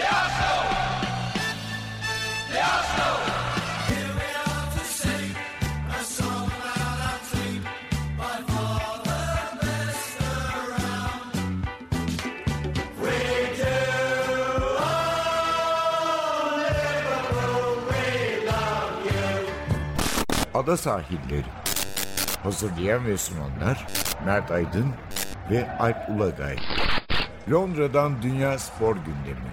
Ada Sahilleri. Hazırlayan ve sunanlar Mert Aydın ve Alp Ulagay. Londra'dan Dünya Spor Gündemi.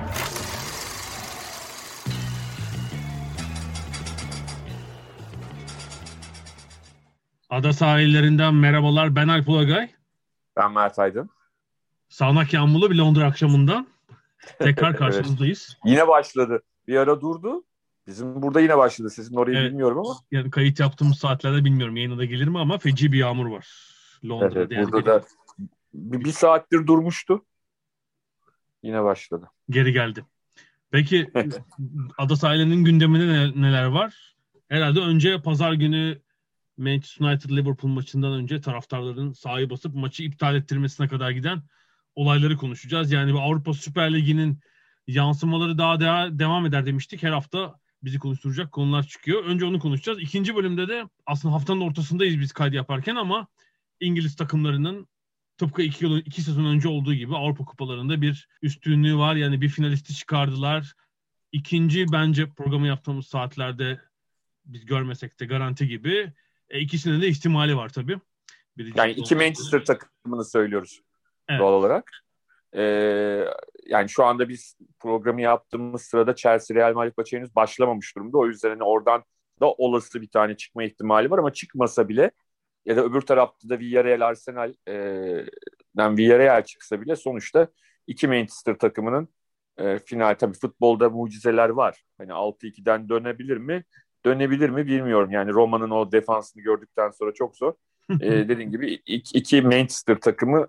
Ada sahillerinden merhabalar. Ben Alp Ulagay. Ben Mert Aydın. Sağanak yağmurlu bir Londra akşamından tekrar karşınızdayız. Evet. Yine başladı. Bir ara durdu. Bizim burada yine başladı. Sizin orayı bilmiyorum ama. Yani kayıt yaptığımız saatlerde bilmiyorum yayına da gelir mi ama feci bir yağmur var. Londra'da. Evet, burada da bir saattir durmuştu. Yine başladı. Geri geldi. Peki Ada sahillerinin gündeminde neler var? Herhalde önce pazar günü Manchester United-Liverpool maçından önce taraftarların sahayı basıp maçı iptal ettirmesine kadar giden olayları konuşacağız. Yani bu Avrupa Süper Ligi'nin yansımaları daha devam eder demiştik. Her hafta bizi konuşturacak konular çıkıyor. Önce onu konuşacağız. İkinci bölümde de aslında haftanın ortasındayız biz kaydı yaparken ama İngiliz takımlarının tıpkı 2 sezon önce olduğu gibi Avrupa kupalarında bir üstünlüğü var. Yani bir finalisti çıkardılar. İkinci bence programı yaptığımız saatlerde biz görmesek de garanti gibi. İkisinin de ihtimali var tabii. Yani iki Manchester takımını söylüyoruz doğal olarak. Yani şu anda biz programı yaptığımız sırada Chelsea Real Madrid maçı henüz başlamamış durumda. O yüzden hani oradan da olası bir tane çıkma ihtimali var ama çıkmasa bile ya da öbür tarafta da Villarreal Arsenal'den Villarreal çıksa bile sonuçta iki Manchester takımının final, tabii futbolda mucizeler var. Hani 6-2'den dönebilir mi? Dönebilir mi bilmiyorum. Yani Roma'nın o defansını gördükten sonra çok zor. Dediğim gibi iki Manchester takımı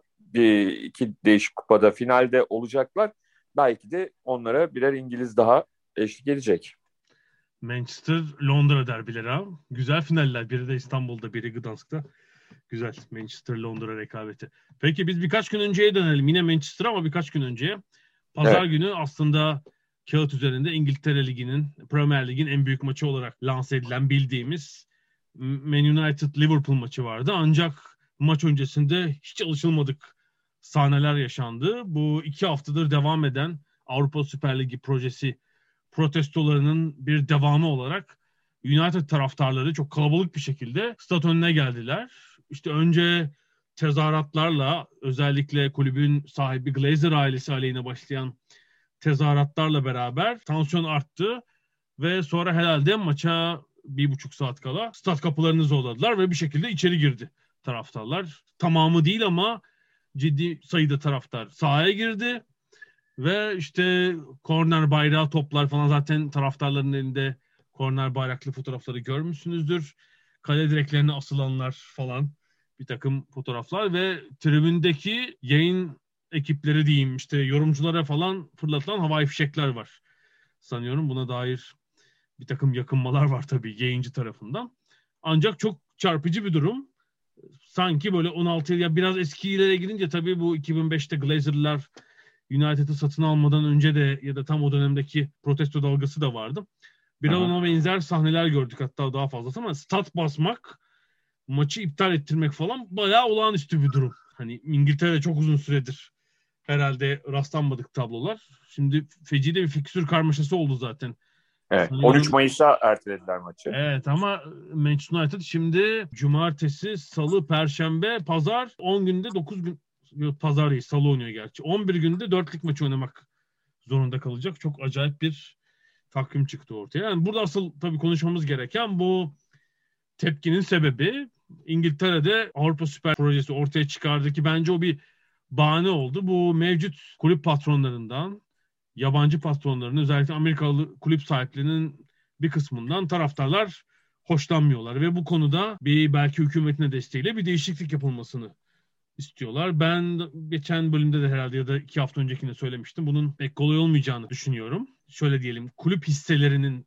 iki değişik kupada finalde olacaklar. Belki de onlara birer İngiliz daha eşlik edecek. Manchester Londra derbileri ha. Güzel finaller. Biri de İstanbul'da, biri Gdansk'ta. Güzel. Manchester Londra rekabeti. Peki biz birkaç gün önceye dönelim. Yine Manchester ama birkaç gün önceye. Pazar günü aslında kağıt üzerinde İngiltere Ligi'nin, Premier Lig'in en büyük maçı olarak lanse edilen bildiğimiz Man United Liverpool maçı vardı. Ancak maç öncesinde hiç alışılmadık sahneler yaşandı. Bu 2 haftadır devam eden Avrupa Süper Ligi projesi protestolarının bir devamı olarak United taraftarları çok kalabalık bir şekilde stat önüne geldiler. İşte önce tezahüratlarla, özellikle kulübün sahibi Glazer ailesi aleyhine başlayan tezahüratlarla beraber tansiyon arttı ve sonra herhalde maça 1,5 saat kala stat kapılarını zorladılar ve bir şekilde içeri girdi taraftarlar. Tamamı değil ama ciddi sayıda taraftar sahaya girdi ve işte korner bayrağı, toplar falan, zaten taraftarların elinde korner bayraklı fotoğrafları görmüşsünüzdür. Kale direklerine asılanlar falan, bir takım fotoğraflar ve tribündeki yayın ekipleri diyeyim, işte yorumculara falan fırlatılan havai fişekler var. Sanıyorum buna dair bir takım yakınmalar var tabii yayıncı tarafından. Ancak çok çarpıcı bir durum. Sanki böyle 16 yıl, ya biraz eskilere gidince tabii bu 2005'te Glazer'lar United'ı satın almadan önce de ya da tam o dönemdeki protesto dalgası da vardı. Biraz ona benzer sahneler gördük, hatta daha fazlası, ama stat basmak, maçı iptal ettirmek falan bayağı olağanüstü bir durum. Hani İngiltere'de çok uzun süredir herhalde rastlanmadık tablolar. Şimdi feci de bir fikstür karmaşası oldu zaten. Evet, sanıyorum 13 Mayıs'a ertelediler maçı. Evet ama Manchester United şimdi cumartesi, salı, perşembe, pazar 10 günde 9 gün, pazar değil salı oynuyor gerçi. 11 günde 4'lük maçı oynamak zorunda kalacak. Çok acayip bir takvim çıktı ortaya. Yani burada asıl tabii konuşmamız gereken bu tepkinin sebebi. İngiltere'de Avrupa Süper Projesi ortaya çıkardı ki bence o bir bahane oldu. Bu mevcut kulüp patronlarından, yabancı patronların, özellikle Amerikalı kulüp sahiplerinin bir kısmından taraftarlar hoşlanmıyorlar ve bu konuda belki hükümetin desteğiyle bir değişiklik yapılmasını istiyorlar. Ben geçen bölümde de herhalde ya da 2 hafta öncekinde söylemiştim. Bunun pek kolay olmayacağını düşünüyorum. Şöyle diyelim, kulüp hisselerinin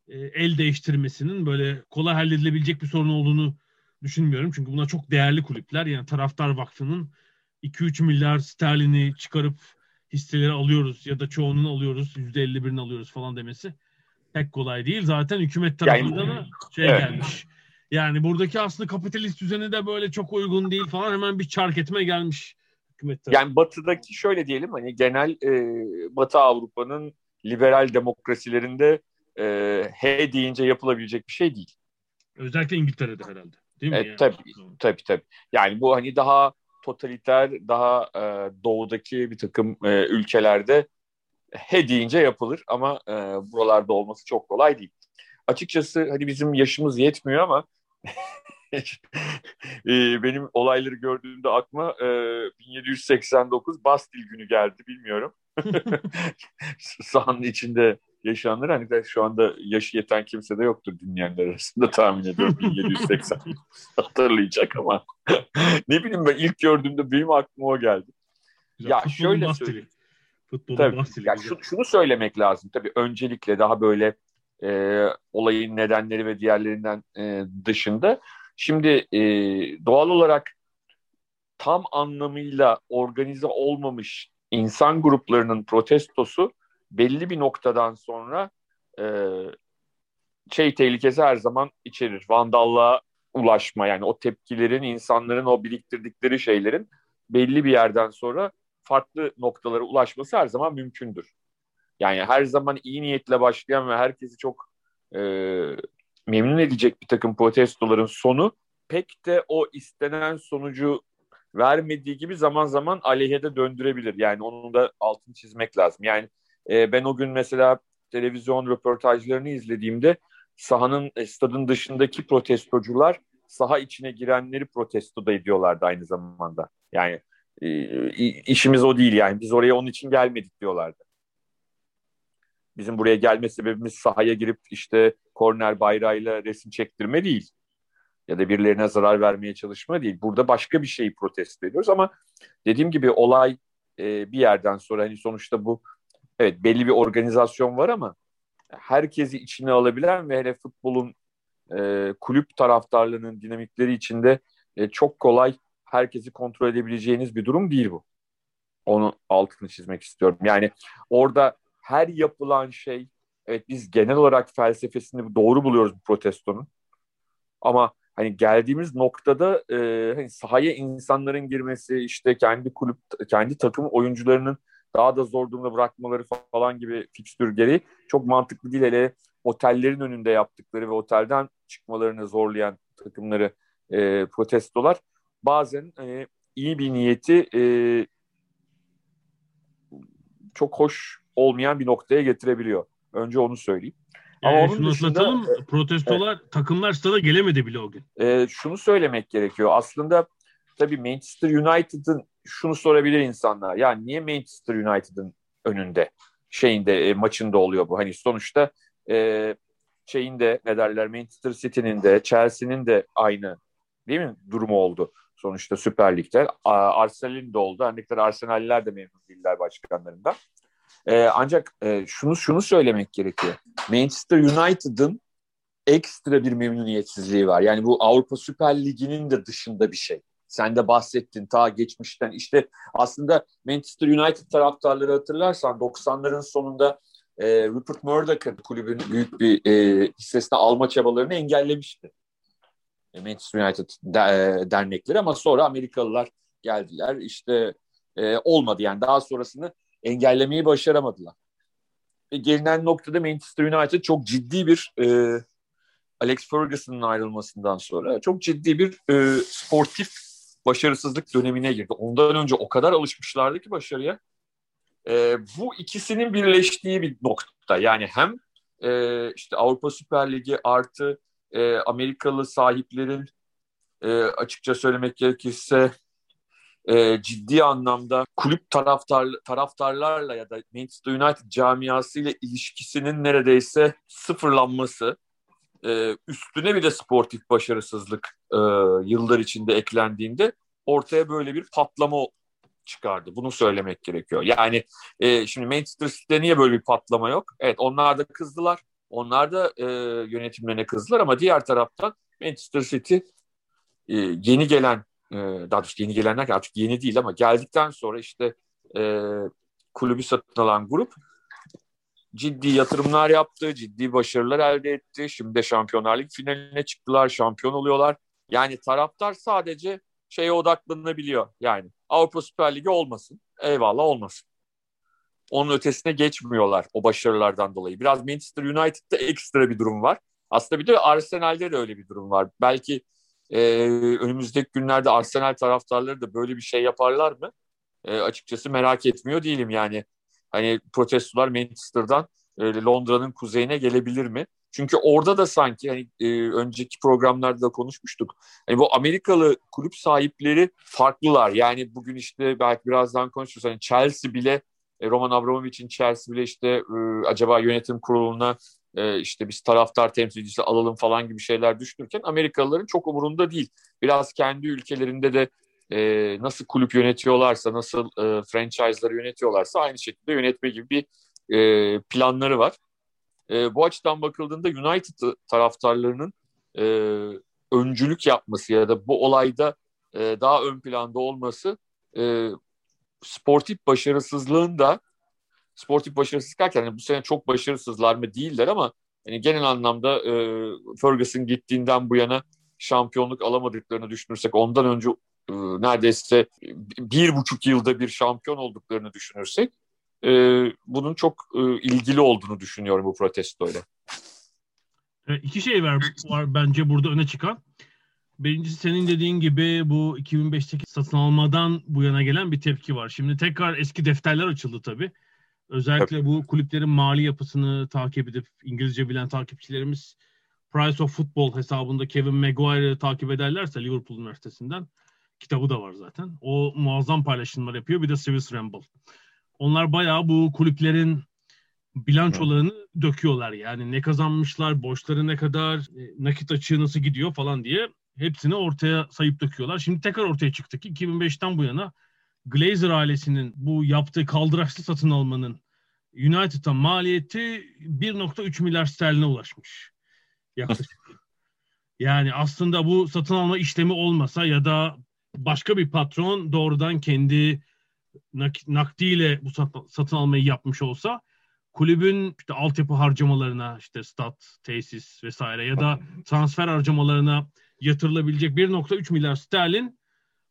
el değiştirmesinin böyle kolay halledilebilecek bir sorun olduğunu düşünmüyorum. Çünkü bunlar çok değerli kulüpler. Yani Taraftar Vakfı'nın 2-3 milyar sterlini çıkarıp hisseleri alıyoruz ya da çoğunun alıyoruz, %51'ini alıyoruz falan demesi pek kolay değil. Zaten hükümet tarafından da evet. gelmiş. Yani buradaki aslında kapitalist düzeni de böyle çok uygun değil falan, hemen bir çark etme gelmiş hükümet tarafından. Yani batıdaki şöyle diyelim, hani genel Batı Avrupa'nın liberal demokrasilerinde he deyince yapılabilecek bir şey değil. Özellikle İngiltere'de herhalde. Değil mi? Evet, yani? Tabii. Yani bu hani daha totaliter, daha doğudaki bir takım ülkelerde he deyince yapılır ama buralarda olması çok kolay değil. Açıkçası hani bizim yaşımız yetmiyor ama benim olayları gördüğümde aklıma 1789 Bastil günü geldi, bilmiyorum. Sahanın içinde yaşananlar, hani de şu anda yaşı yeten kimse de yoktur dinleyenler arasında, tahmin ediyorum 1780 hatırlayacak ama ne bileyim, ben ilk gördüğümde benim aklıma o geldi. Güzel. Ya Futbolun şöyle söyleyeyim. Futbolun bahsili. Yani şunu söylemek lazım tabii, öncelikle daha böyle olayın nedenleri ve diğerlerinden dışında. Şimdi doğal olarak tam anlamıyla organize olmamış insan gruplarının protestosu belli bir noktadan sonra tehlikesi her zaman içerir. Vandallığa ulaşma, yani o tepkilerin, insanların o biriktirdikleri şeylerin belli bir yerden sonra farklı noktalara ulaşması her zaman mümkündür. Yani her zaman iyi niyetle başlayan ve herkesi çok memnun edecek bir takım protestoların sonu pek de o istenen sonucu vermediği gibi zaman zaman aleyhede döndürebilir. Yani onun da altını çizmek lazım. Yani ben o gün mesela televizyon röportajlarını izlediğimde stadın dışındaki protestocular saha içine girenleri protesto da ediyorlardı aynı zamanda. Yani işimiz o değil, yani biz oraya onun için gelmedik diyorlardı. Bizim buraya gelme sebebimiz sahaya girip işte korner bayrağıyla resim çektirme değil. Ya da birilerine zarar vermeye çalışma değil. Burada başka bir şeyi protesto ediyoruz ama dediğim gibi olay bir yerden sonra, hani sonuçta bu, evet, belli bir organizasyon var ama herkesi içine alabilen ve hele futbolun kulüp taraftarlığının dinamikleri içinde çok kolay herkesi kontrol edebileceğiniz bir durum değil bu. Onu altını çizmek istiyorum. Yani orada her yapılan şey, evet, biz genel olarak felsefesini doğru buluyoruz bu protestonun. Ama hani geldiğimiz noktada hani sahaya insanların girmesi, işte kendi takım oyuncularının daha da zor durumda bırakmaları falan gibi fikstür gereği çok mantıklı değil. Hele otellerin önünde yaptıkları ve otelden çıkmalarını zorlayan takımları protestolar bazen iyi bir niyeti çok hoş olmayan bir noktaya getirebiliyor. Önce onu söyleyeyim. Ama onun şunu dışında atlatalım, protestolar, takımlar stada gelemedi bile o gün. Şunu söylemek gerekiyor. Aslında tabii Manchester United'ın, şunu sorabilir insanlar. Ya niye Manchester United'ın önünde maçında oluyor bu? Hani sonuçta ne derler, Manchester City'nin de Chelsea'nin de aynı, değil mi, durumu oldu sonuçta Süper Lig'de. Arsenal'in de oldu. Her ne kadar Arsenal'liler de memnun değiller başkanlarından. Ancak şunu söylemek gerekiyor. Manchester United'ın ekstra bir memnuniyetsizliği var. Yani bu Avrupa Süper Ligi'nin de dışında bir şey. Sen de bahsettin ta geçmişten. İşte aslında Manchester United taraftarları hatırlarsan 90'ların sonunda Rupert Murdoch'ın kulübün büyük bir hissesini alma çabalarını engellemişti. Manchester United dernekleri, ama sonra Amerikalılar geldiler. İşte olmadı, yani daha sonrasını engellemeyi başaramadılar. Ve gelinen noktada Manchester United çok ciddi bir Alex Ferguson'ın ayrılmasından sonra çok ciddi bir sportif başarısızlık dönemine girdi. Ondan önce o kadar alışmışlardı ki başarıya. Bu ikisinin birleştiği bir nokta. Yani hem işte Avrupa Süper Ligi artı Amerikalı sahiplerin açıkça söylemek gerekirse ciddi anlamda kulüp taraftarlarla ya da Manchester United camiasıyla ilişkisinin neredeyse sıfırlanması, üstüne bir de sportif başarısızlık yıllar içinde eklendiğinde ortaya böyle bir patlama çıkardı. Bunu söylemek gerekiyor. Yani şimdi Manchester City'de niye böyle bir patlama yok? Evet, onlar da kızdılar. Onlar da yönetimlerine kızdılar ama diğer taraftan Manchester City yeni gelen, daha doğrusu yeni gelenler artık yeni değil ama geldikten sonra işte kulübü satın alan grup ciddi yatırımlar yaptı, ciddi başarılar elde etti. Şimdi de Şampiyonlar Ligi finaline çıktılar, şampiyon oluyorlar. Yani taraftar sadece şeye odaklanabiliyor. Yani Avrupa Süper Ligi olmasın, eyvallah olmasın. Onun ötesine geçmiyorlar o başarılardan dolayı. Biraz Manchester United'da ekstra bir durum var. Aslında bir de Arsenal'de de öyle bir durum var. Belki önümüzdeki günlerde Arsenal taraftarları da böyle bir şey yaparlar mı? Açıkçası merak etmiyor değilim yani. Hani protestolar Manchester'dan Londra'nın kuzeyine gelebilir mi? Çünkü orada da sanki hani önceki programlarda da konuşmuştuk. Hani bu Amerikalı kulüp sahipleri farklılar. Yani bugün işte belki birazdan konuşuruz. Hani Chelsea bile Roman Abramovich'in Chelsea bile işte acaba yönetim kuruluna işte biz taraftar temsilcisi alalım falan gibi şeyler düşünürken Amerikalıların çok umurunda değil. Biraz kendi ülkelerinde de nasıl kulüp yönetiyorlarsa, nasıl franchise'ları yönetiyorlarsa aynı şekilde yönetme gibi bir planları var. Bu açıdan bakıldığında United taraftarlarının öncülük yapması ya da bu olayda daha ön planda olması sportif başarısızlık derken yani bu sene çok başarısızlar mı değiller ama yani genel anlamda Ferguson gittiğinden bu yana şampiyonluk alamadıklarını düşünürsek ondan önce neredeyse 1,5 yılda bir şampiyon olduklarını düşünürsek bunun çok ilgili olduğunu düşünüyorum bu protestoyla. İki şey var bence burada öne çıkan. Birincisi senin dediğin gibi bu 2005'teki satın almadan bu yana gelen bir tepki var. Şimdi tekrar eski defterler açıldı tabii. Özellikle bu kulüplerin mali yapısını takip edip İngilizce bilen takipçilerimiz Price of Football hesabında Kevin Maguire'ı takip ederlerse Liverpool Üniversitesi'nden kitabı da var zaten. O muazzam paylaşımlar yapıyor. Bir de Swiss Ramble. Onlar bayağı bu kulüplerin bilançolarını döküyorlar. Yani ne kazanmışlar, borçları ne kadar, nakit açığı nasıl gidiyor falan diye hepsini ortaya sayıp döküyorlar. Şimdi tekrar ortaya çıktı ki 2005'ten bu yana Glazer ailesinin bu yaptığı kaldıraçlı satın almanın United'a maliyeti 1,3 milyar sterline ulaşmış. Yaklaşık. Yani aslında bu satın alma işlemi olmasa ya da başka bir patron doğrudan kendi nakdiyle bu satın almayı yapmış olsa kulübün işte altyapı harcamalarına işte stat, tesis vesaire ya da transfer harcamalarına yatırılabilecek 1,3 milyar sterlin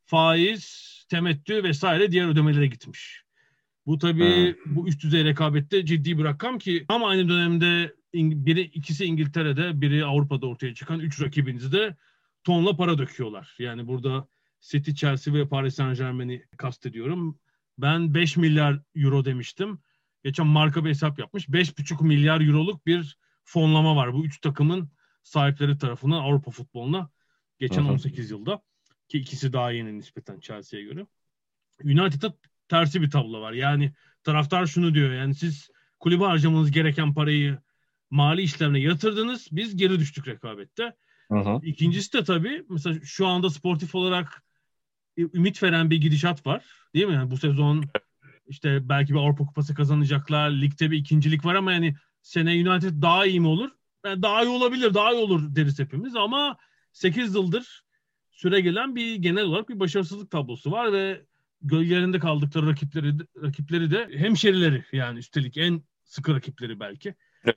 faiz, temettü vesaire diğer ödemelere gitmiş. Bu tabii bu üst düzey rekabette ciddi bir rakam ki ama aynı dönemde ikisi İngiltere'de, biri Avrupa'da ortaya çıkan 3 rakibinizi de tonla para döküyorlar. Yani burada City, Chelsea ve Paris Saint-Germain'i kastediyorum. Ben 5 milyar euro demiştim. Geçen marka bir hesap yapmış. 5,5 milyar euroluk bir fonlama var. Bu 3 takımın sahipleri tarafından Avrupa futboluna geçen 18 yılda. Ki ikisi daha yeni nispeten Chelsea'ye göre. United'da tersi bir tablo var. Yani taraftar şunu diyor. Yani siz kulübe harcamanız gereken parayı mali işlemine yatırdınız. Biz geri düştük rekabette. İkincisi de tabii mesela şu anda sportif olarak ümit veren bir gidişat var. Değil mi? Yani bu sezon işte belki bir Avrupa Kupası kazanacaklar. Ligde bir ikincilik var ama yani sene United daha iyi mi olur? Yani daha iyi olabilir, daha iyi olur deriz hepimiz ama 8 yıldır süre gelen bir genel olarak bir başarısızlık tablosu var ve gölgelerinde kaldıkları rakipleri de hemşerileri yani üstelik en sıkı rakipleri belki.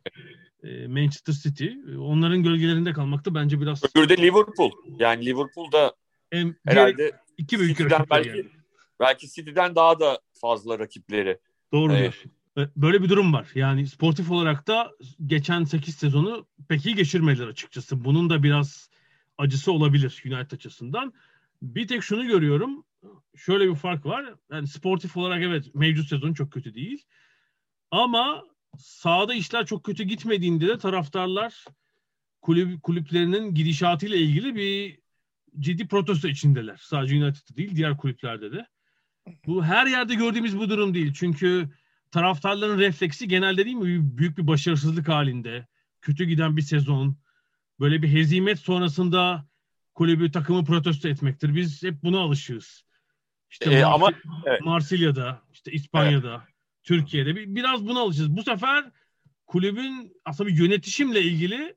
Manchester City. Onların gölgelerinde kalmak da bence biraz... Öbürü de Liverpool. Yani Liverpool'da herhalde iki büyük City'den rakipler belki City'den daha da fazla rakipleri. Doğru diyorsun. Böyle bir durum var. Yani sportif olarak da geçen 8 sezonu pek iyi geçirmediler açıkçası. Bunun da biraz acısı olabilir United açısından. Bir tek şunu görüyorum. Şöyle bir fark var. Yani sportif olarak evet mevcut sezon çok kötü değil. Ama sahada işler çok kötü gitmediğinde de taraftarlar kulüplerinin gidişatıyla ilgili bir ciddi protesto içindeler. Sadece United'da değil, diğer kulüplerde de. Bu her yerde gördüğümüz bu durum değil. Çünkü taraftarların refleksi genelde değil mi büyük bir başarısızlık halinde. Kötü giden bir sezon. Böyle bir hezimet sonrasında kulübü, takımı protesto etmektir. Biz hep buna alışığız. İşte Marsilya'da, işte İspanya'da, Türkiye'de biraz buna alışığız. Bu sefer kulübün aslında bir yönetişimle ilgili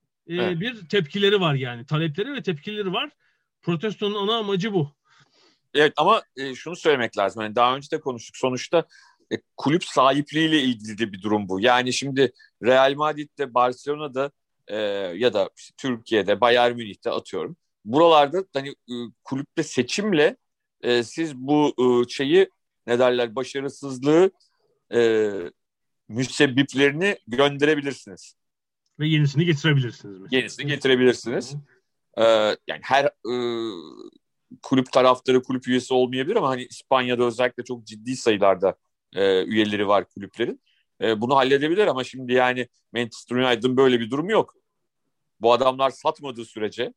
bir tepkileri var yani. Talepleri ve tepkileri var. Protestonun ana amacı bu. Evet ama şunu söylemek lazım. Yani daha önce de konuştuk. Sonuçta kulüp sahipliğiyle ilgili de bir durum bu. Yani şimdi Real Madrid'de, Barcelona'da ya da işte Türkiye'de, Bayern Münih'te atıyorum. Buralarda hani kulüpte seçimle siz bu şeyi ne derler, başarısızlığı müsebbiplerini gönderebilirsiniz. Ve yenisini getirebilirsiniz mesela. Yenisini getirebilirsiniz. Yani her kulüp taraftarı, kulüp üyesi olmayabilir ama hani İspanya'da özellikle çok ciddi sayılarda üyeleri var kulüplerin. Bunu halledebilir ama şimdi yani Manchester United'ın böyle bir durumu yok. Bu adamlar satmadığı sürece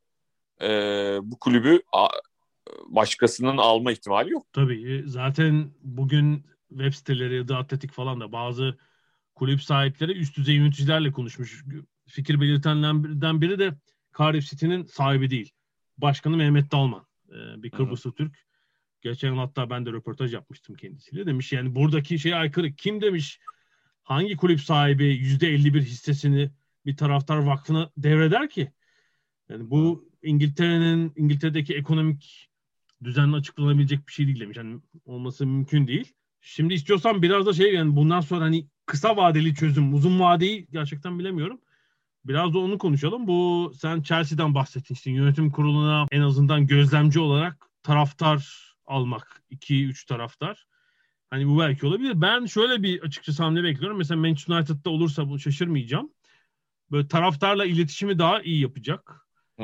bu kulübü başkasının alma ihtimali yok. Tabii zaten bugün web siteleri, The Athletic falan da bazı kulüp sahipleri üst düzey yöneticilerle konuşmuş. Fikir belirtenlerden biri de Cardiff City'nin sahibi değil. Başkanı Mehmet Dalman. Bir Kıbrıslı Türk. Geçen hatta ben de röportaj yapmıştım kendisiyle. Demiş yani buradaki şeye aykırı. Kim demiş hangi kulüp sahibi %51 hissesini bir taraftar vakfına devreder ki? Yani bu İngiltere'deki ekonomik düzenle açıklanabilecek bir şey değil demiş. Yani olması mümkün değil. Şimdi istiyorsan biraz da yani bundan sonra hani kısa vadeli çözüm, uzun vadeyi gerçekten bilemiyorum. Biraz da onu konuşalım. Bu sen Chelsea'den bahsetmiştin. Yönetim kuruluna en azından gözlemci olarak taraftar almak. 2-3 taraftar. Hani bu belki olabilir. Ben şöyle bir açıkçası hamle bekliyorum. Mesela Manchester United'da olursa bunu şaşırmayacağım. Böyle taraftarla iletişimi daha iyi yapacak.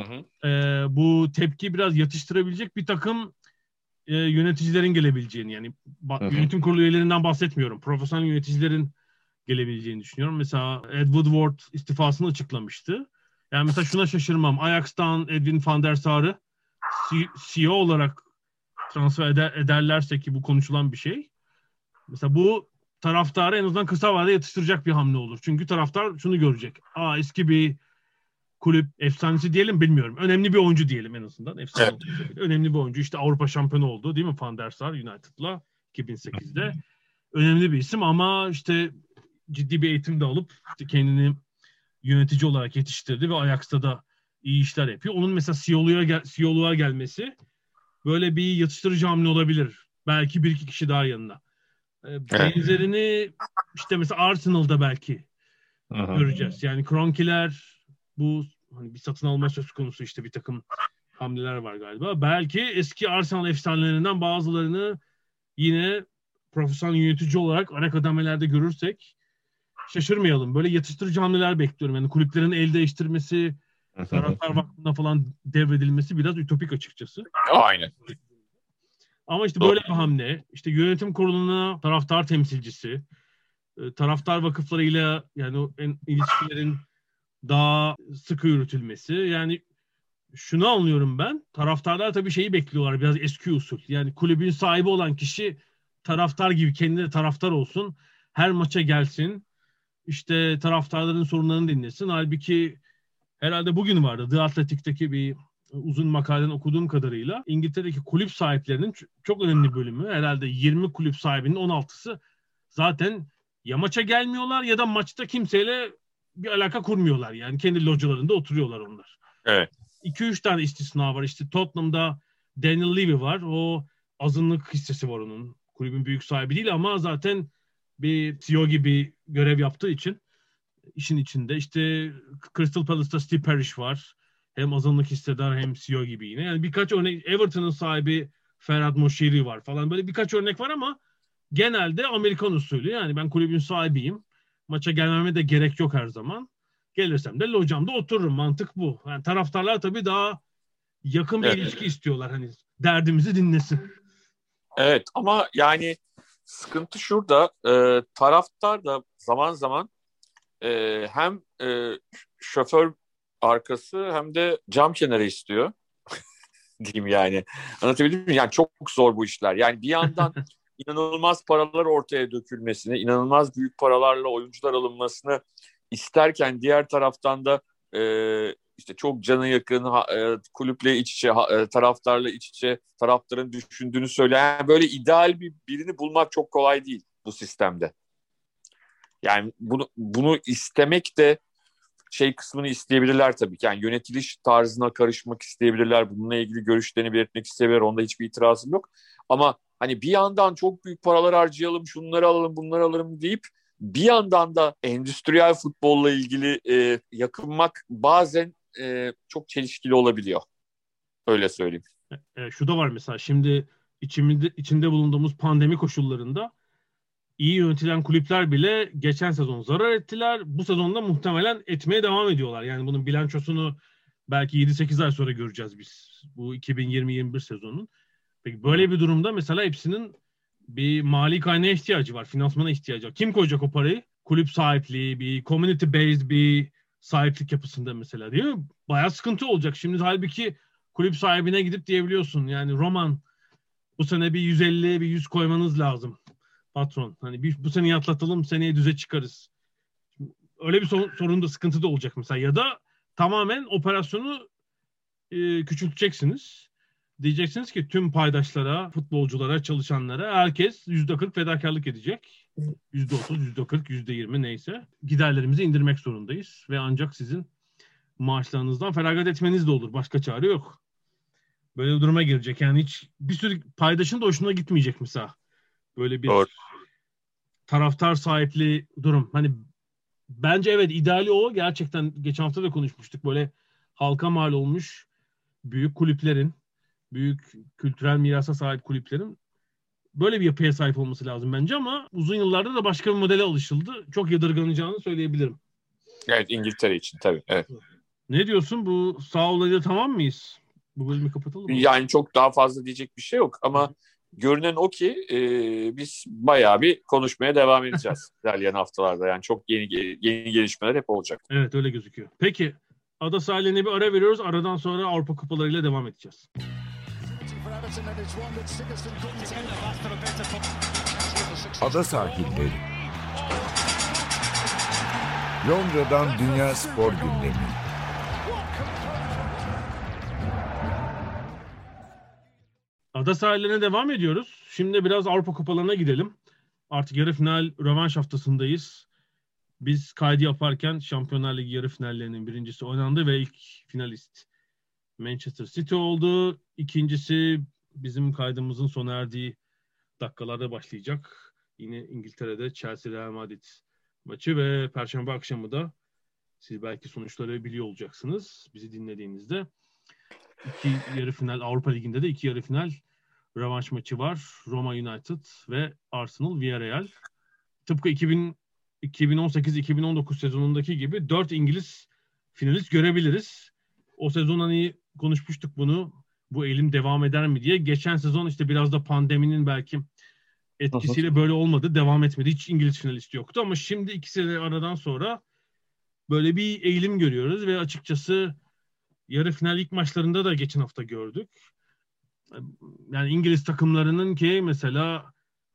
Bu tepkiyi biraz yatıştırabilecek bir takım yöneticilerin gelebileceğini, yani yönetim kurulu üyelerinden bahsetmiyorum. Profesyonel yöneticilerin gelebileceğini düşünüyorum. Mesela Ed Woodward istifasını açıklamıştı. Yani mesela şuna şaşırmam. Ajax'tan Edwin van der Sar'ı CEO olarak transfer ederlerse, ki bu konuşulan bir şey. Mesela bu taraftarı en azından kısa vadede yatıştıracak bir hamle olur. Çünkü taraftar şunu görecek. Eski bir kulüp efsanesi diyelim, bilmiyorum. Önemli bir oyuncu diyelim en azından. Efsane önemli bir oyuncu. İşte Avrupa şampiyonu oldu değil mi Van der Sar United'la 2008'de. Önemli bir isim ama işte ciddi bir eğitim de alıp işte kendini yönetici olarak yetiştirdi ve Ajax'ta da iyi işler yapıyor. Onun mesela CEO'luğa gelmesi böyle bir yatıştırıcı hamle olabilir. Belki bir iki kişi daha yanına. Benzerini işte mesela Arsenal'da belki göreceğiz. Yani Kroenke'ler, bu hani bir satın alma söz konusu, işte bir takım hamleler var galiba. Belki eski Arsenal efsanelerinden bazılarını yine profesyonel yönetici olarak ara kademelerde görürsek şaşırmayalım. Böyle yatıştırıcı hamleler bekliyorum. Yani kulüplerin el değiştirmesi, taraftar vakfına falan devredilmesi biraz ütopik açıkçası. Aynen. Ama işte böyle bir hamle, işte yönetim kuruluna taraftar temsilcisi, taraftar vakıflarıyla yani o ilişkilerin daha sıkı yürütülmesi. Yani şunu anlıyorum ben. Taraftarlar tabii şeyi bekliyorlar, biraz eski usul. Yani kulübün sahibi olan kişi taraftar gibi kendine taraftar olsun. Her maça gelsin. İşte taraftarların sorunlarını dinlesin. Halbuki herhalde bugün vardı The Athletic'teki bir uzun makaleden okuduğum kadarıyla İngiltere'deki kulüp sahiplerinin çok önemli bölümü, herhalde 20 kulüp sahibinin 16'sı zaten ya maça gelmiyorlar ya da maçta kimseyle bir alaka kurmuyorlar. Yani kendi localarında oturuyorlar onlar. Evet. 2-3 tane istisna var. İşte Tottenham'da Daniel Levy var. O azınlık hissesi var onun. Kulübün büyük sahibi değil ama zaten bir CEO gibi görev yaptığı için işin içinde. İşte Crystal Palace'ta Steve Parish var. Hem azınlık hissedar hem CEO gibi yine. Yani birkaç örnek, Everton'ın sahibi Ferhat Moshiri var falan. Böyle birkaç örnek var ama genelde Amerikan usulü. Yani ben kulübün sahibiyim. Maça gelmeme de gerek yok her zaman. Gelirsem de locamda otururum. Mantık bu. Yani taraftarlar tabii daha yakın bir ilişki istiyorlar. Hani derdimizi dinlesin. Evet ama yani sıkıntı şurada. Taraftar da zaman zaman hem şoför arkası hem de cam kenarı istiyor. Diyeyim yani. Anlatabildim mi? Yani çok zor bu işler. Yani bir yandan inanılmaz paralar ortaya dökülmesini, inanılmaz büyük paralarla oyuncular alınmasını isterken diğer taraftan da işte çok cana yakın kulüple iç içe, taraftarla iç içe, taraftarın düşündüğünü söyleyen, yani böyle ideal birini bulmak çok kolay değil bu sistemde. Yani bunu istemek de şey kısmını isteyebilirler tabii ki. Yani yönetiliş tarzına karışmak isteyebilirler. Bununla ilgili görüşlerini belirtmek isteyebilirler. Onda hiçbir itirazım yok. Ama hani bir yandan çok büyük paralar harcayalım, şunları alalım, bunları alalım deyip bir yandan da endüstriyel futbolla ilgili yakınmak bazen çok çelişkili olabiliyor. Öyle söyleyeyim. Şu da var mesela, şimdi içinde bulunduğumuz pandemi koşullarında iyi yönetilen kulüpler bile geçen sezon zarar ettiler. Bu sezonda muhtemelen etmeye devam ediyorlar. Yani bunun bilançosunu belki 7-8 ay sonra göreceğiz biz. Bu 2020-21 sezonun. Peki böyle bir durumda mesela hepsinin bir mali kaynağa ihtiyacı var. Finansmana ihtiyacı var. Kim koyacak o parayı? Kulüp sahipliği, bir community based bir sahiplik yapısında mesela, değil mi? Bayağı sıkıntı olacak. Şimdi halbuki kulüp sahibine gidip diyebiliyorsun. Yani Roman, bu sene bir 150, bir 100 koymanız lazım patron. Hani bu seneyi atlatalım, seneye düze çıkarız. Öyle bir sorun da, sıkıntı da olacak mesela. Ya da tamamen operasyonu küçülteceksiniz. Diyeceksiniz ki tüm paydaşlara, futbolculara, çalışanlara herkes %40 fedakarlık edecek. %30, %40, %20 neyse. Giderlerimizi indirmek zorundayız. Ve ancak sizin maaşlarınızdan feragat etmeniz de olur. Başka çare yok. Böyle bir duruma girecek. Yani hiç bir sürü paydaşın da hoşuna gitmeyecek mesela. Böyle bir Doğru. Taraftar sahipli durum. Hani bence evet, ideali o. Gerçekten geçen hafta da konuşmuştuk. Böyle halka mal olmuş büyük kulüplerin, büyük kültürel mirasa sahip kulüplerin böyle bir yapıya sahip olması lazım bence, ama uzun yıllarda da başka bir modele alışıldı. Çok yadırganacağını söyleyebilirim. Evet, İngiltere için tabii. Evet. Ne diyorsun? Bu sağ olayla tamam mıyız? Bu bölümü kapatalım mı? Yani çok daha fazla diyecek bir şey yok ama görünen o ki biz bayağı bir konuşmaya devam edeceğiz ilerleyen haftalarda. Yani çok yeni gelişmeler hep olacak. Evet, öyle gözüküyor. Peki, ada sahiline bir ara veriyoruz. Aradan sonra Avrupa kupalarıyla devam edeceğiz. Ada sahilleri. Londra'dan Dünya Spor Gündemi. Ada sahillerine devam ediyoruz. Şimdi biraz Avrupa kupalarına gidelim. Artık yarı final rövanş haftasındayız. Biz kaydı yaparken Şampiyonlar Ligi yarı finallerinin birincisi oynandı ve ilk finalist Manchester City oldu. İkincisi bizim kaydımızın sona erdiği dakikalarda başlayacak. Yine İngiltere'de Chelsea Real Madrid maçı ve Perşembe akşamı da siz belki sonuçları biliyor olacaksınız bizi dinlediğinizde. İki yarı final, Avrupa Ligi'nde de iki yarı final rövanş maçı var. Roma United ve Arsenal Villarreal. Tıpkı 2018-2019 sezonundaki gibi 4 İngiliz finalist görebiliriz. O sezon hani konuşmuştuk bunu. Bu eğilim devam eder mi diye. Geçen sezon işte biraz da pandeminin belki etkisiyle böyle olmadı. Devam etmedi. Hiç İngiliz finalist yoktu ama şimdi 2 sene aradan sonra böyle bir eğilim görüyoruz ve açıkçası yarı final ilk maçlarında da geçen hafta gördük. Yani İngiliz takımlarının ki mesela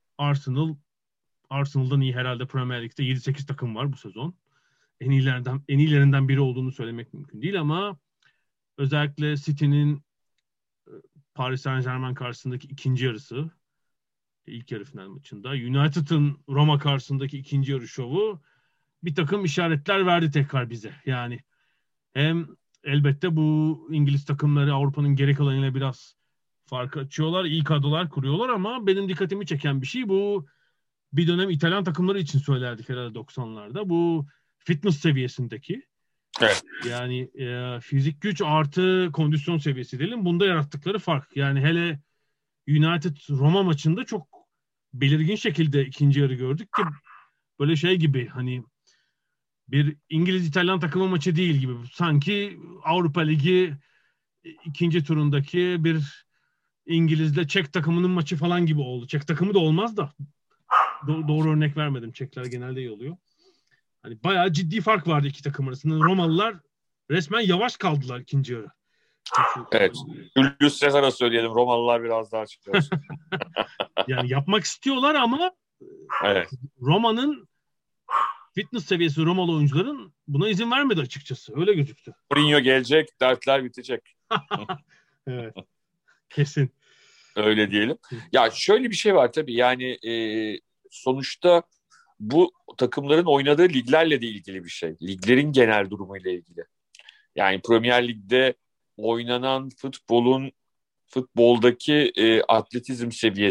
Arsenal'dan iyi herhalde Premier Lig'de 7-8 takım var bu sezon. En iyilerinden biri olduğunu söylemek mümkün değil ama özellikle City'nin Paris Saint-Germain karşısındaki ikinci yarısı, ilk yarı final maçında, United'ın Roma karşısındaki ikinci yarı şovu bir takım işaretler verdi tekrar bize. Yani hem elbette bu İngiliz takımları Avrupa'nın geri kalanıyla biraz fark açıyorlar, iyi kadrolar kuruyorlar ama benim dikkatimi çeken bir şey bu. Bir dönem İtalyan takımları için söylerdik herhalde 90'larda. Bu fitness seviyesindeki. Evet. Yani fizik güç artı kondisyon seviyesi diyelim. Bunda yarattıkları fark. Yani hele United Roma maçında çok belirgin şekilde ikinci yarı gördük ki böyle şey gibi, hani bir İngiliz-İtalyan takımı maçı değil gibi. Sanki Avrupa Ligi ikinci turundaki bir İngiliz'le Çek takımının maçı falan gibi oldu. Çek takımı da olmaz da. Doğru örnek vermedim. Çekler genelde iyi oluyor. Hani bayağı ciddi fark vardı iki takım arasında. Romalılar resmen yavaş kaldılar ikinci yarı. Evet. Julius Caesar'a söyleyelim. Romalılar biraz daha çıkıyor. Yani yapmak istiyorlar ama evet. Roma'nın fitness seviyesi, Romalı oyuncuların buna izin vermedi açıkçası. Öyle gözüktü. Mourinho gelecek, dertler bitecek. Evet. Kesin. Öyle diyelim. Ya şöyle bir şey var tabii, yani sonuçta bu takımların oynadığı liglerle de ilgili bir şey. Liglerin genel durumuyla ilgili. Yani Premier Lig'de oynanan futboldaki atletizm seviyesi,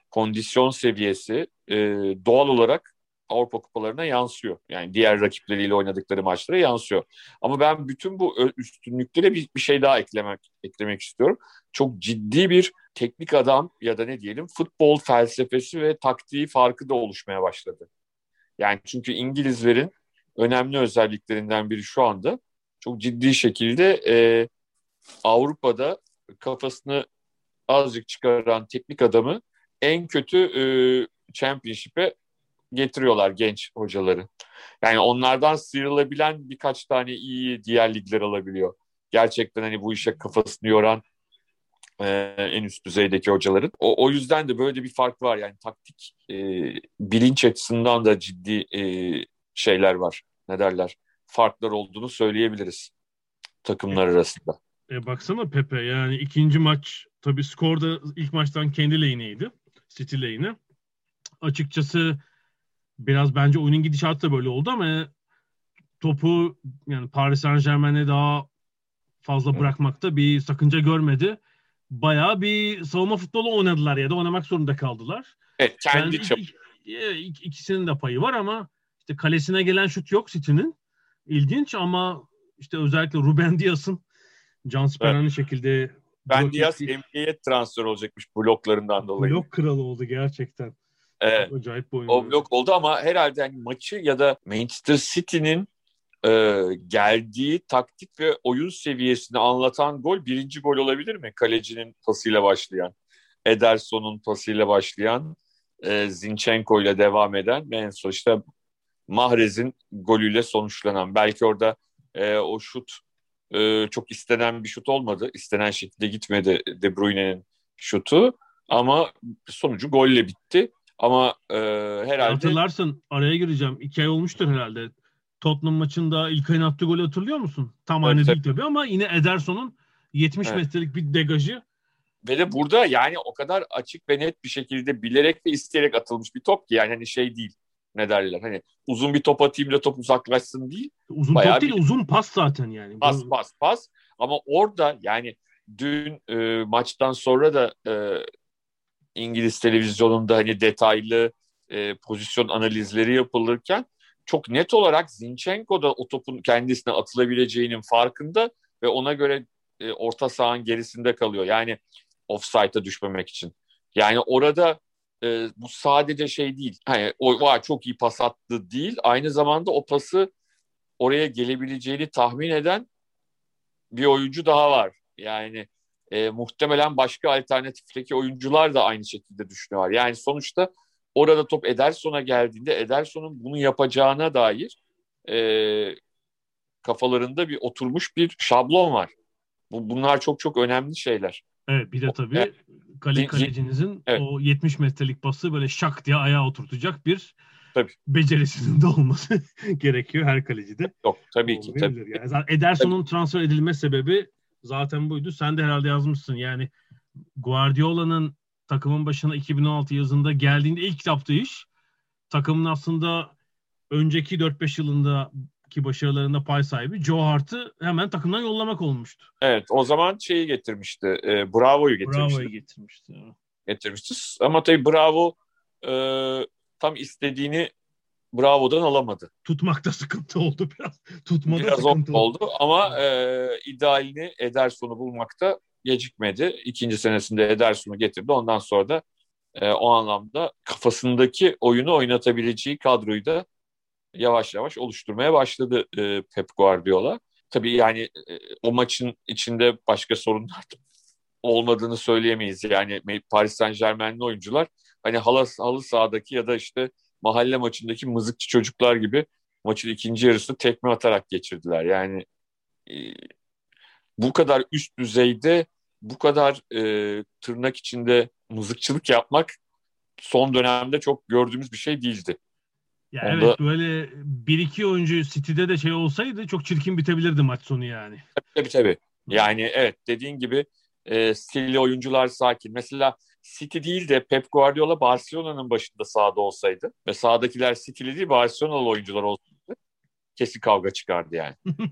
kondisyon seviyesi doğal olarak Avrupa kupalarına yansıyor. Yani diğer rakipleriyle oynadıkları maçlara yansıyor. Ama ben bütün bu üstünlüklere bir şey daha eklemek istiyorum. Çok ciddi bir teknik adam ya da ne diyelim futbol felsefesi ve taktiği farkı da oluşmaya başladı. Yani çünkü İngilizlerin önemli özelliklerinden biri şu anda çok ciddi şekilde Avrupa'da kafasını azıcık çıkaran teknik adamı en kötü Championship'e getiriyorlar genç hocaları. Yani onlardan sıyrılabilen birkaç tane iyi diğer ligler alabiliyor. Gerçekten hani bu işe kafasını yoran en üst düzeydeki hocaların. O yüzden de böyle bir fark var. Yani taktik bilinç açısından da ciddi şeyler var. Ne derler? Farklar olduğunu söyleyebiliriz takımlar arasında. Baksana Pepe, yani ikinci maç tabii skor da ilk maçtan kendi lehineydi. City lehine. Açıkçası biraz bence oyunun gidişatı da böyle oldu ama topu yani Paris Saint-Germain'e daha fazla bırakmakta bir sakınca görmedi. Bayağı bir savunma futbolu oynadılar ya da oynamak zorunda kaldılar. Evet, kendi ikisinin de payı var ama işte kalesine gelen şut yok City'nin. İlginç ama işte özellikle Ruben Dias'ın cansperane evet. şekilde Ben Dias NBA'ye transfer olacakmış bloklarından dolayı. Blok kralı oldu gerçekten. Evet. Acayip bir oyun. O blok oldu ama herhalde yani maçı ya da Manchester City'nin geldiği taktik ve oyun seviyesini anlatan gol birinci gol olabilir mi? Kalecinin pasıyla başlayan, Ederson'un pasıyla başlayan, Zinchenko ile devam eden ve en son işte Mahrez'in golüyle sonuçlanan. Belki orada o şut çok istenen bir şut olmadı. İstenen şekilde gitmedi De Bruyne'nin şutu ama sonucu golle bitti. Ama herhalde... Hatırlarsın, araya gireceğim. 2 ay olmuştur herhalde. Tottenham maçında İlkay'ın attığı golü hatırlıyor musun? Tam aynı değil tabii ama yine Ederson'un 70 metrelik bir degajı. Ve de burada yani o kadar açık ve net bir şekilde bilerek ve isteyerek atılmış bir top ki yani hani şey değil. Ne derler? Hani uzun bir top atayım da top uzaklaşsın değil. Uzun top değil, uzun pas zaten yani. Pas. Ama orada yani dün maçtan sonra da İngiliz televizyonunda hani detaylı pozisyon analizleri yapılırken çok net olarak Zinchenko da o topun kendisine atılabileceğinin farkında ve ona göre orta sahanın gerisinde kalıyor. Yani offside'a düşmemek için. Yani orada bu sadece şey değil. Hani o çok iyi pas attı değil. Aynı zamanda o pası oraya gelebileceğini tahmin eden bir oyuncu daha var. Yani muhtemelen başka alternatifteki oyuncular da aynı şekilde düşünüyorlar. Yani sonuçta orada top Ederson'a geldiğinde Ederson'un bunu yapacağına dair kafalarında bir oturmuş bir şablon var. Bunlar çok çok önemli şeyler. Evet, bir de tabii kalecinizin evet. O 70 metrelik pası böyle şak diye ayağa oturtacak bir becerisinin de olması gerekiyor her kalecide. Yok tabii ki. Tabii. Yani Ederson'un transfer edilme sebebi zaten buydu. Sen de herhalde yazmışsın. Yani Guardiola'nın takımın başına 2016 yazında geldiğinde ilk yaptığı iş takımın aslında önceki 4-5 yılındaki başarılarında pay sahibi Joe Hart'ı hemen takımdan yollamak olmuştu. Evet, o zaman şeyi getirmişti. Bravo'yu getirmişti. Getirmişti. Ama tabii Bravo tam istediğini Bravo'dan alamadı. Tutmakta sıkıntı oldu biraz. Biraz sıkıntı oldu ama idealini Ederson'u bulmakta gecikmedi. İkinci senesinde Ederson'u getirdi. Ondan sonra da o anlamda kafasındaki oyunu oynatabileceği kadroyu da yavaş yavaş oluşturmaya başladı Pep Guardiola. Tabii yani o maçın içinde başka sorunlar olmadığını söyleyemeyiz. Yani Paris Saint-Germain'li oyuncular hani halı sahadaki ya da işte mahalle maçındaki mızıkçı çocuklar gibi maçın ikinci yarısını tekme atarak geçirdiler. Yani bu kadar üst düzeyde bu kadar tırnak içinde mızıkçılık yapmak son dönemde çok gördüğümüz bir şey değildi. Ya evet, böyle bir iki oyuncu City'de de şey olsaydı çok çirkin bitebilirdi maç sonu yani. Tabii. Yani evet, dediğin gibi stilli oyuncular sakin. Mesela City değil de Pep Guardiola Barcelona'nın başında sahada olsaydı ve sahadakiler City'li değil Barcelonalı oyuncular olsaydı kesin kavga çıkardı yani.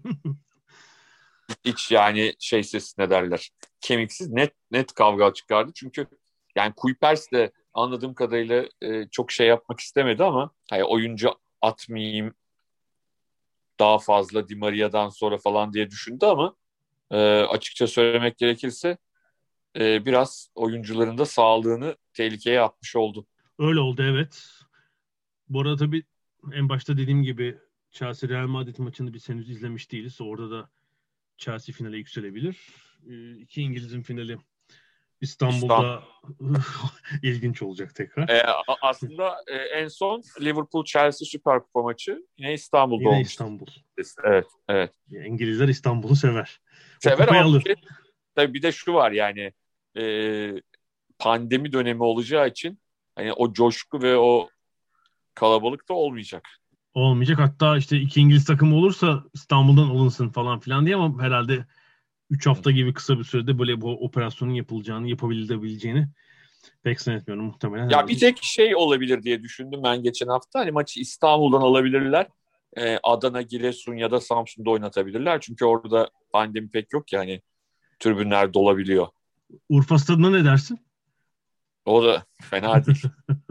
Hiç yani şeysiz ne derler, kemiksiz net kavga çıkardı. Çünkü yani Kuipers de anladığım kadarıyla çok şey yapmak istemedi ama oyuncu atmayayım daha fazla Di Maria'dan sonra falan diye düşündü ama açıkça söylemek gerekirse biraz oyuncuların da sağlığını tehlikeye atmış oldu. Öyle oldu, evet. Bu arada tabii en başta dediğim gibi Chelsea Real Madrid maçını biz henüz izlemiş değiliz. Orada da Chelsea finale yükselebilir. İki İngiliz'in finali İstanbul'da ilginç olacak tekrar. Aslında en son Liverpool-Chelsea Süper Kupa maçı yine İstanbul'da yine olmuş. İstanbul. Evet. İngilizler İstanbul'u sever. Sever ama tabii bir de şu var yani pandemi dönemi olacağı için hani o coşku ve o kalabalık da olmayacak. Olmayacak. Hatta işte iki İngiliz takımı olursa İstanbul'dan alınsın falan filan diye ama herhalde 3 hafta gibi kısa bir sürede böyle bu operasyonun yapabileceğini pek zannetmiyorum muhtemelen. Ya bir tek şey olabilir diye düşündüm ben geçen hafta. Hani maçı İstanbul'dan alabilirler. Adana, Giresun ya da Samsun'da oynatabilirler. Çünkü orada pandemi pek yok yani. Tribünler dolabiliyor. Urfa Stadı'na ne dersin? O da fena değil.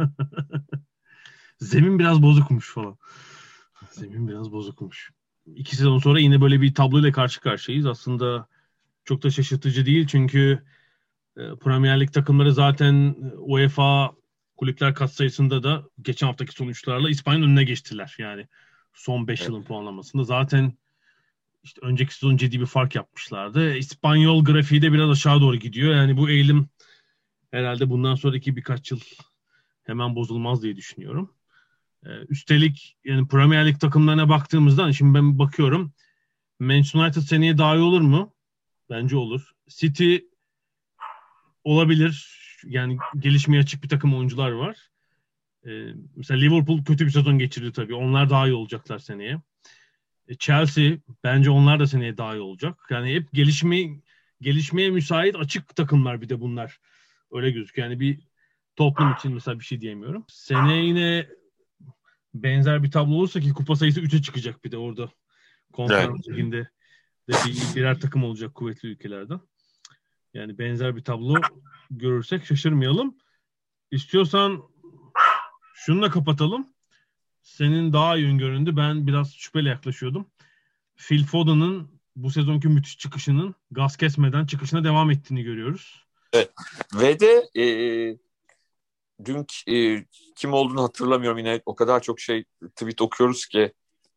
Zemin biraz bozukmuş falan. Zemin biraz bozukmuş. 2 sezon sonra yine böyle bir tabloyla karşı karşıyayız. Aslında çok da şaşırtıcı değil çünkü Premier Lig takımları zaten UEFA kulüpler katsayısında da geçen haftaki sonuçlarla İspanya'nın önüne geçtiler. Yani son 5 yılın puanlamasında. Zaten işte önceki sezon ciddi bir fark yapmışlardı. İspanyol grafiği de biraz aşağı doğru gidiyor. Yani bu eğilim herhalde bundan sonraki birkaç yıl hemen bozulmaz diye düşünüyorum. Üstelik yani Premier Lig takımlarına baktığımızda şimdi ben bakıyorum. Manchester United seneye daha iyi olur mu? Bence olur. City olabilir. Yani gelişmeye açık bir takım oyuncular var. Mesela Liverpool kötü bir sezon geçirdi tabii. Onlar daha iyi olacaklar seneye. Chelsea bence onlar da seneye daha iyi olacak. Yani hep gelişmeye müsait açık takımlar bir de bunlar. Öyle gözüküyor. Yani bir Tottenham için mesela bir şey diyemiyorum. Seneye yine benzer bir tablo olursa ki kupa sayısı 3'e çıkacak bir de orada. Konferans liginde de birer takım olacak kuvvetli ülkelerden. Yani benzer bir tablo görürsek şaşırmayalım. İstiyorsan şununla kapatalım. Senin daha iyi öngöründü. Ben biraz şüpheyle yaklaşıyordum. Phil Foden'ın bu sezonki müthiş çıkışının gaz kesmeden çıkışına devam ettiğini görüyoruz. Evet. Ve de dün kim olduğunu hatırlamıyorum yine o kadar çok tweet okuyoruz ki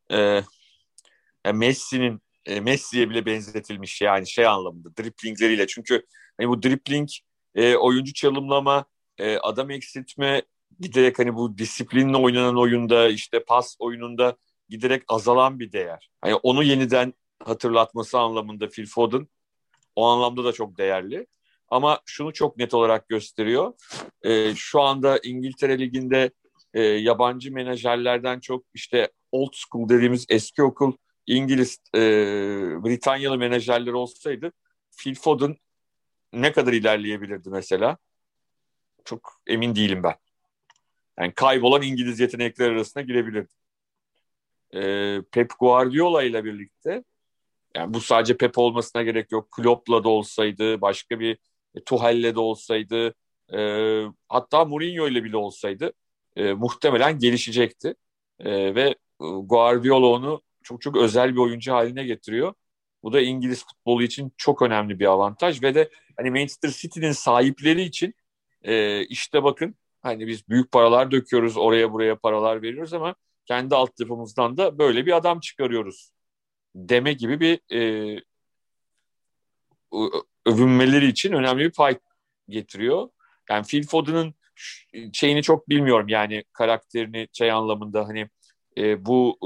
Messi'ye bile benzetilmiş yani anlamında driplingleriyle. Çünkü hani bu dripling oyuncu çalımlama, adam eksiltme giderek hani bu disiplinle oynanan oyunda işte pas oyununda giderek azalan bir değer. Hani onu yeniden hatırlatması anlamında Phil Foden o anlamda da çok değerli. Ama şunu çok net olarak gösteriyor. Şu anda İngiltere Ligi'nde yabancı menajerlerden çok işte old school dediğimiz eski okul İngiliz, Britanyalı menajerler olsaydı Phil Foden ne kadar ilerleyebilirdi mesela? Çok emin değilim ben. Yani kaybolan İngiliz yetenekler arasına girebilirdi. Pep Guardiola ile birlikte yani bu sadece Pep olmasına gerek yok. Klopp'la da olsaydı, başka bir Tuchel'le de olsaydı, hatta Mourinho ile bile olsaydı muhtemelen gelişecekti. Ve Guardiola onu çok çok özel bir oyuncu haline getiriyor. Bu da İngiliz futbolu için çok önemli bir avantaj ve de hani Manchester City'nin sahipleri için işte bakın hani biz büyük paralar döküyoruz, oraya buraya paralar veriyoruz ama kendi altyapımızdan da böyle bir adam çıkarıyoruz deme gibi bir övünmeleri için önemli bir pay getiriyor. Yani Phil Foden'ın şeyini çok bilmiyorum yani karakterini anlamında hani bu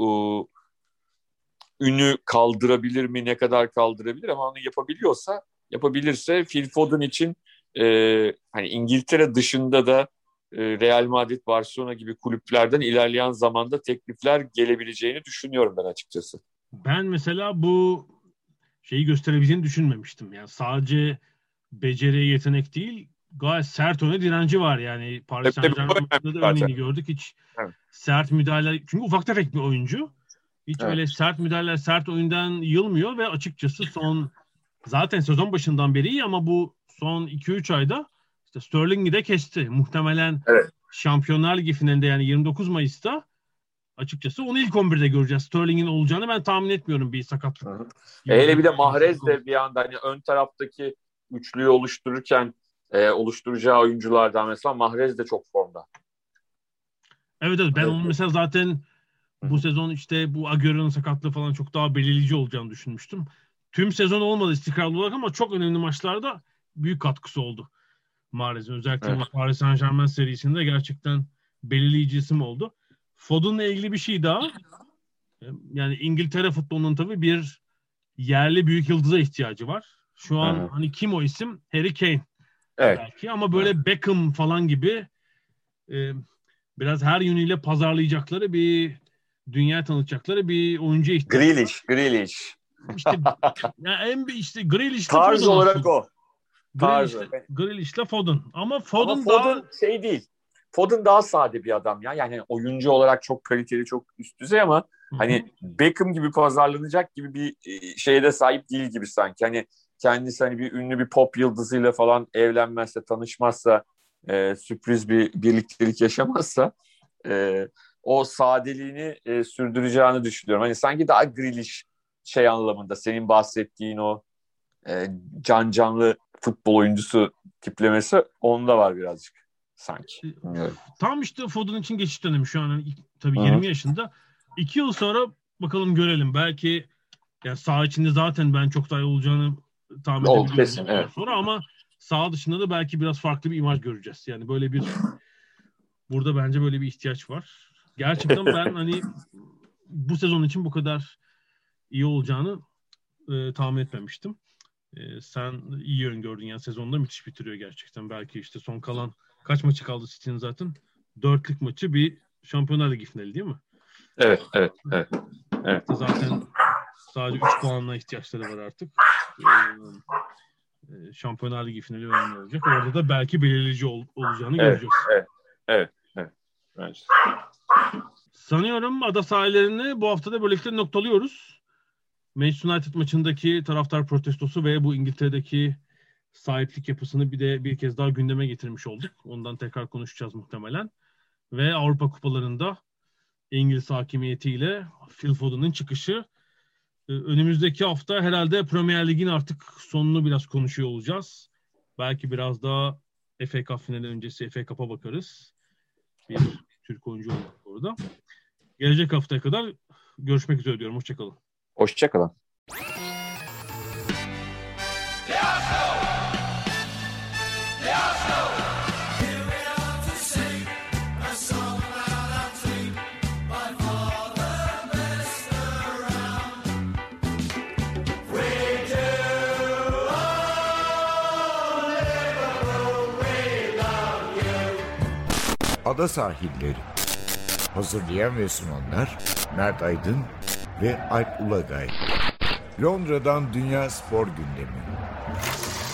ünü kaldırabilir mi, ne kadar kaldırabilir ama onu yapabilirse Phil Foden için hani İngiltere dışında da Real Madrid, Barcelona gibi kulüplerden ilerleyen zamanda teklifler gelebileceğini düşünüyorum ben açıkçası. Ben mesela bu şeyi gösterebileceğini düşünmemiştim. Yani sadece beceriye yetenek değil, gayet sert oyuna direnci var. Yani Paris Saint-Germain'de de örneğini gördük. Hiç sert müdahale, çünkü ufak tefek bir oyuncu. Hiç öyle sert müdahaleler, sert oyundan yılmıyor ve açıkçası zaten sezon başından beri iyi ama bu son 2-3 ayda İşte Sterling'i de kesti. Muhtemelen evet. Şampiyonlar Ligi finalinde yani 29 Mayıs'ta açıkçası onu ilk 11'de göreceğiz. Sterling'in olacağını ben tahmin etmiyorum bir sakatlık. Hele bir de Mahrez de bir anda hani ön taraftaki üçlüyü oluştururken oluşturacağı oyunculardan mesela Mahrez de çok formda. Evet ben onun mesela zaten bu sezon işte bu Agüero'nun sakatlığı falan çok daha belirleyici olacağını düşünmüştüm. Tüm sezon olmadı istikrarlı olarak ama çok önemli maçlarda büyük katkısı oldu Mahrez'in. Özellikle Paris Saint-Germain serisinde gerçekten belirleyici isim oldu. Foden'la ilgili bir şey daha. Yani İngiltere futbolunun tabii bir yerli büyük yıldıza ihtiyacı var. Şu an hani kim o isim? Harry Kane. Evet. Belki ama böyle Beckham falan gibi biraz her yönüyle pazarlayacakları bir dünya tanıtacakları bir oyuncuya ihtiyaç var. Grealish. İşte işte Grealish'le tarz Foden olarak aslında. o. Tarzı. Grealish'le Foden. Ama Foden daha şey değil. Foden daha sade bir adam ya. Yani oyuncu olarak çok kaliteli, çok üst düzey ama hani Beckham gibi pazarlanacak gibi bir şeye de sahip değil gibi sanki. Hani kendisi hani bir ünlü bir pop yıldızıyla falan evlenmezse, tanışmazsa, sürpriz bir birliktelik yaşamazsa o sadeliğini sürdüreceğini düşünüyorum. Hani sanki daha Grealish şey anlamında senin bahsettiğin o canlı futbol oyuncusu tiplemesi onda var birazcık sanki. Tam işte Foden için geçiş dönemi şu an tabii 20 yaşında. 2 yıl sonra bakalım görelim. Belki yani saha içinde zaten ben çok daha iyi olacağını tahmin edebiliyorum. Kesin, evet. Sonra ama saha dışında da belki biraz farklı bir imaj göreceğiz. Yani böyle bir burada bence böyle bir ihtiyaç var. Gerçekten ben hani bu sezon için bu kadar iyi olacağını tahmin etmemiştim. Sen iyi öngördün yani sezonda müthiş bitiriyor gerçekten. Belki işte son kalan kaç maçı kaldı City'nin zaten? 4'lük maçı bir Şampiyonlar Ligi finali değil mi? Evet. Zaten sadece 3 puanla ihtiyaçları var artık. Şampiyonlar Ligi finali önemli olacak. Orada da belki belirleyici olacağını göreceğiz. Evet. Bence. Sanıyorum ada sahillerini bu haftada böylelikle noktalıyoruz. Manchester United maçındaki taraftar protestosu ve bu İngiltere'deki sahiplik yapısını bir kez daha gündeme getirmiş olduk. Ondan tekrar konuşacağız muhtemelen. Ve Avrupa Kupalarında İngiliz hakimiyetiyle Phil Foden'ın çıkışı. Önümüzdeki hafta herhalde Premier Lig'in artık sonunu biraz konuşuyor olacağız. Belki biraz daha FA Cup finali öncesi FA Cup'a bakarız. Bir Türk oyuncu olmak orada. Gelecek haftaya kadar görüşmek üzere diyorum. Hoşçakalın. Hoşçakalın. Ada Sahilleri. Hazırlayan ve sunanlar Mert Aydın ve Alp Ulagay. Londra'dan Dünya Spor Gündemi.